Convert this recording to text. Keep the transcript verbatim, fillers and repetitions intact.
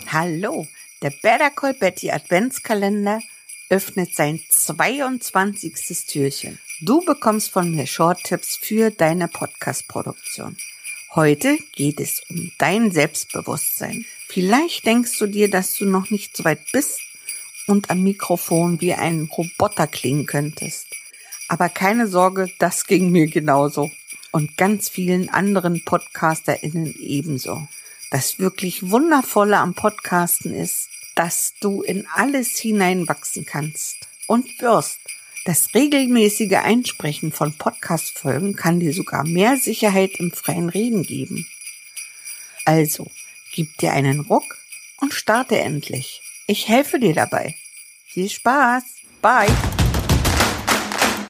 Hallo, der Better Call Betty Adventskalender öffnet sein zweiundzwanzigstes Türchen. Du bekommst von mir Short-Tipps für deine Podcast-Produktion. Heute geht es um dein Selbstbewusstsein. Vielleicht denkst du dir, dass du noch nicht so weit bist und am Mikrofon wie ein Roboter klingen könntest. Aber keine Sorge, das ging mir genauso. Und ganz vielen anderen PodcasterInnen ebenso. Das wirklich Wundervolle am Podcasten ist, dass du in alles hineinwachsen kannst und wirst. Das regelmäßige Einsprechen von Podcast-Folgen kann dir sogar mehr Sicherheit im freien Reden geben. Also, gib dir einen Ruck und starte endlich. Ich helfe dir dabei. Viel Spaß. Bye.